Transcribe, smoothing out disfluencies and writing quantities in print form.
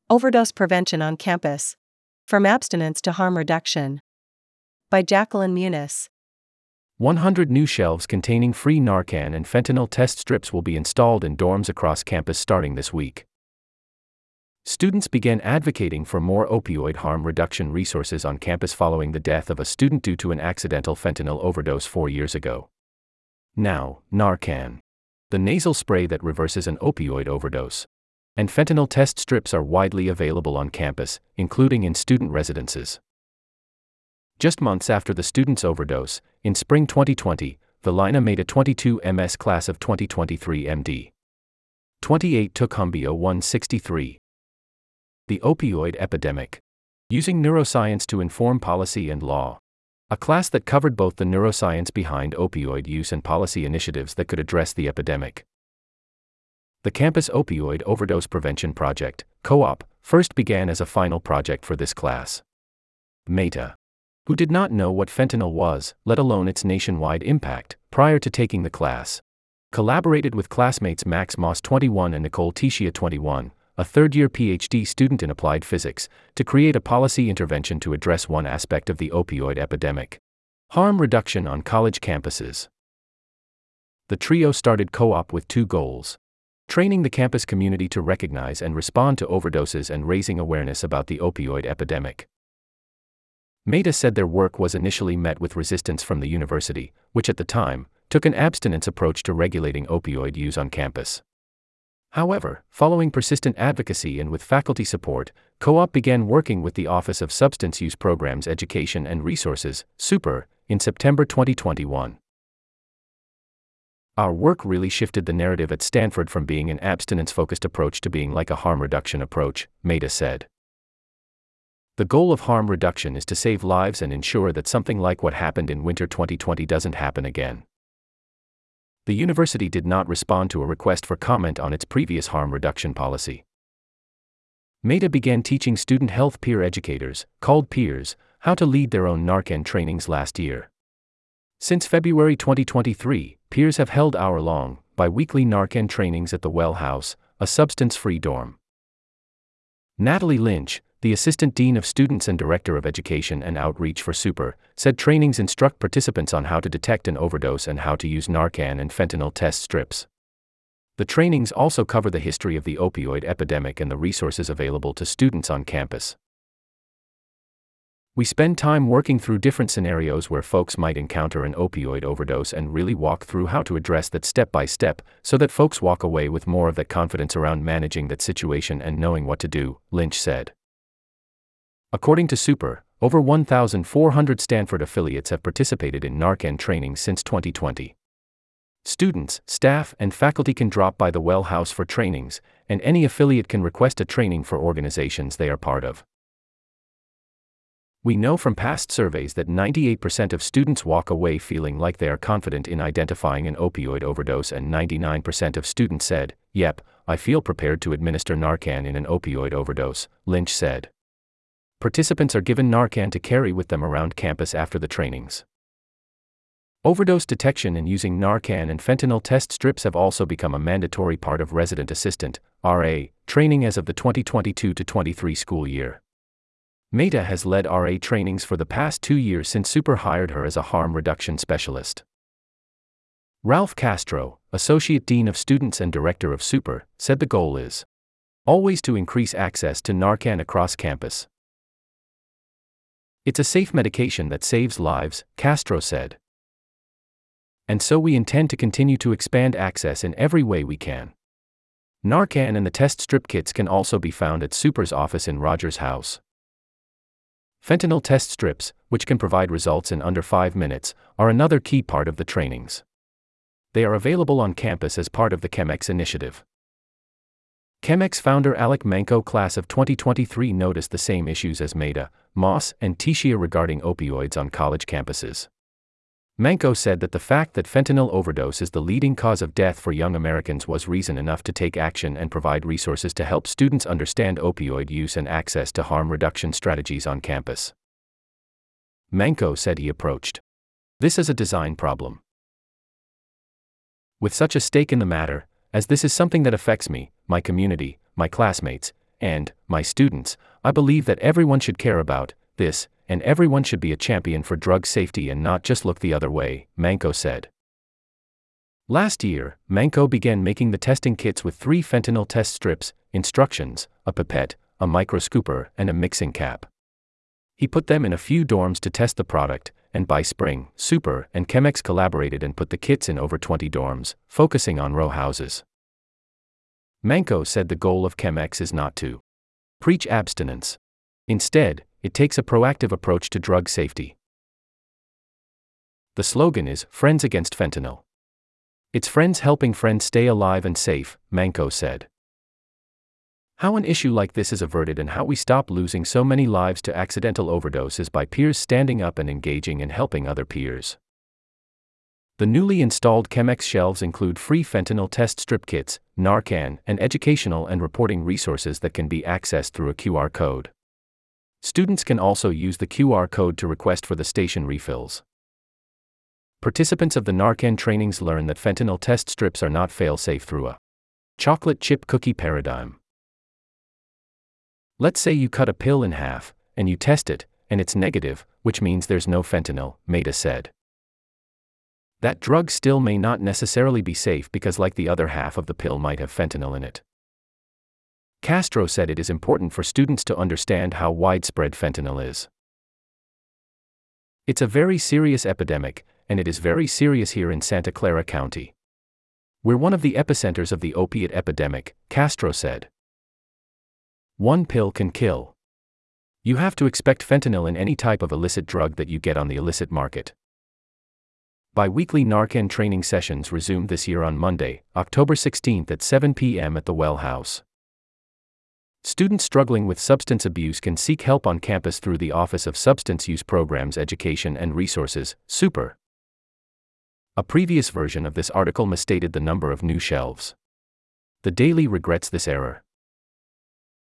Overdose Prevention on Campus. From Abstinence to Harm Reduction. By Jacqueline Muniz. 100 new shelves containing free Narcan and fentanyl test strips will be installed in dorms across campus starting this week. Students began advocating for more opioid harm reduction resources on campus following the death of a student due to an accidental fentanyl overdose 4 years ago. Now, Narcan, the nasal spray that reverses an opioid overdose, and fentanyl test strips are widely available on campus, including in student residences. Just months after the student's overdose, in spring 2020, Valina made a 22 MS class of 2023 MD. 28 took Humbio 163. The Opioid Epidemic. Using Neuroscience to Inform Policy and Law. A class that covered both the neuroscience behind opioid use and policy initiatives that could address the epidemic. The Campus Opioid Overdose Prevention Project, Co-op, first began as a final project for this class. Meta, who did not know what fentanyl was, let alone its nationwide impact, prior to taking the class, collaborated with classmates Max Moss 21 and Nicole Teixeira 21, a third-year PhD student in applied physics, to create a policy intervention to address one aspect of the opioid epidemic: harm reduction on college campuses. The trio started Co-op with two goals: training the campus community to recognize and respond to overdoses and raising awareness about the opioid epidemic. Meta said their work was initially met with resistance from the university, which at the time, took an abstinence approach to regulating opioid use on campus. However, following persistent advocacy and with faculty support, Co-op began working with the Office of Substance Use Programs Education and Resources, SUPR, in September 2021. Our work really shifted the narrative at Stanford from being an abstinence-focused approach to being like a harm reduction approach, Meta said. The goal of harm reduction is to save lives and ensure that something like what happened in winter 2020 doesn't happen again. The university did not respond to a request for comment on its previous harm reduction policy. Meta began teaching student health peer educators, called peers, how to lead their own Narcan trainings last year. Since February 2023, peers have held hour-long, bi-weekly Narcan trainings at the Well House, a substance-free dorm. Natalie Lynch, the Assistant Dean of Students and Director of Education and Outreach for SUPR, said trainings instruct participants on how to detect an overdose and how to use Narcan and fentanyl test strips. The trainings also cover the history of the opioid epidemic and the resources available to students on campus. We spend time working through different scenarios where folks might encounter an opioid overdose and really walk through how to address that step by step, so that folks walk away with more of that confidence around managing that situation and knowing what to do, Lynch said. According to SUPR, over 1,400 Stanford affiliates have participated in Narcan training since 2020. Students, staff, and faculty can drop by the Well House for trainings, and any affiliate can request a training for organizations they are part of. We know from past surveys that 98% of students walk away feeling like they are confident in identifying an opioid overdose, and 99% of students said, "Yep, I feel prepared to administer Narcan in an opioid overdose," Lynch said. Participants are given Narcan to carry with them around campus after the trainings. Overdose detection and using Narcan and fentanyl test strips have also become a mandatory part of resident assistant, RA, training as of the 2022-23 school year. Meta has led RA trainings for the past 2 years since SUPR hired her as a harm reduction specialist. Ralph Castro, Associate Dean of Students and Director of SUPR, said the goal is always to increase access to Narcan across campus. It's a safe medication that saves lives, Castro said. And so we intend to continue to expand access in every way we can. Narcan and the test strip kits can also be found at SUPR's office in Rogers House. Fentanyl test strips, which can provide results in under 5 minutes, are another key part of the trainings. They are available on campus as part of the ChemX initiative. ChemX founder Alec Manco class of 2023 noticed the same issues as Meta, Moss, and Teixeira regarding opioids on college campuses. Manco said that the fact that fentanyl overdose is the leading cause of death for young Americans was reason enough to take action and provide resources to help students understand opioid use and access to harm reduction strategies on campus. Manco said he approached this as a design problem. With such a stake in the matter, as this is something that affects me, my community, my classmates, and, my students, I believe that everyone should care about this, and everyone should be a champion for drug safety and not just look the other way, Manco said. Last year, Manco began making the testing kits with 3 fentanyl test strips, instructions, a pipette, a microscooper, and a mixing cap. He put them in a few dorms to test the product, and by spring, Super and Chemex collaborated and put the kits in over 20 dorms, focusing on row houses. Manco said the goal of Chemex is not to preach abstinence. Instead, it takes a proactive approach to drug safety. The slogan is, Friends Against Fentanyl. It's friends helping friends stay alive and safe, Manco said. How an issue like this is averted and how we stop losing so many lives to accidental overdose is by peers standing up and engaging and helping other peers. The newly installed Chemex shelves include free fentanyl test strip kits, Narcan, and educational and reporting resources that can be accessed through a QR code. Students can also use the QR code to request for the station refills. Participants of the Narcan trainings learn that fentanyl test strips are not fail-safe through a chocolate chip cookie paradigm. Let's say you cut a pill in half, and you test it, and it's negative, which means there's no fentanyl, Maida said. That drug still may not necessarily be safe because like the other half of the pill might have fentanyl in it. Castro said it is important for students to understand how widespread fentanyl is. It's a very serious epidemic, and it is very serious here in Santa Clara County. We're one of the epicenters of the opiate epidemic, Castro said. One pill can kill. You have to expect fentanyl in any type of illicit drug that you get on the illicit market. Bi-weekly Narcan training sessions resumed this year on Monday, October 16 at 7 p.m. at the Well House. Students struggling with substance abuse can seek help on campus through the Office of Substance Use Programs Education and Resources, SUPER. A previous version of this article misstated the number of new shelves. The Daily regrets this error.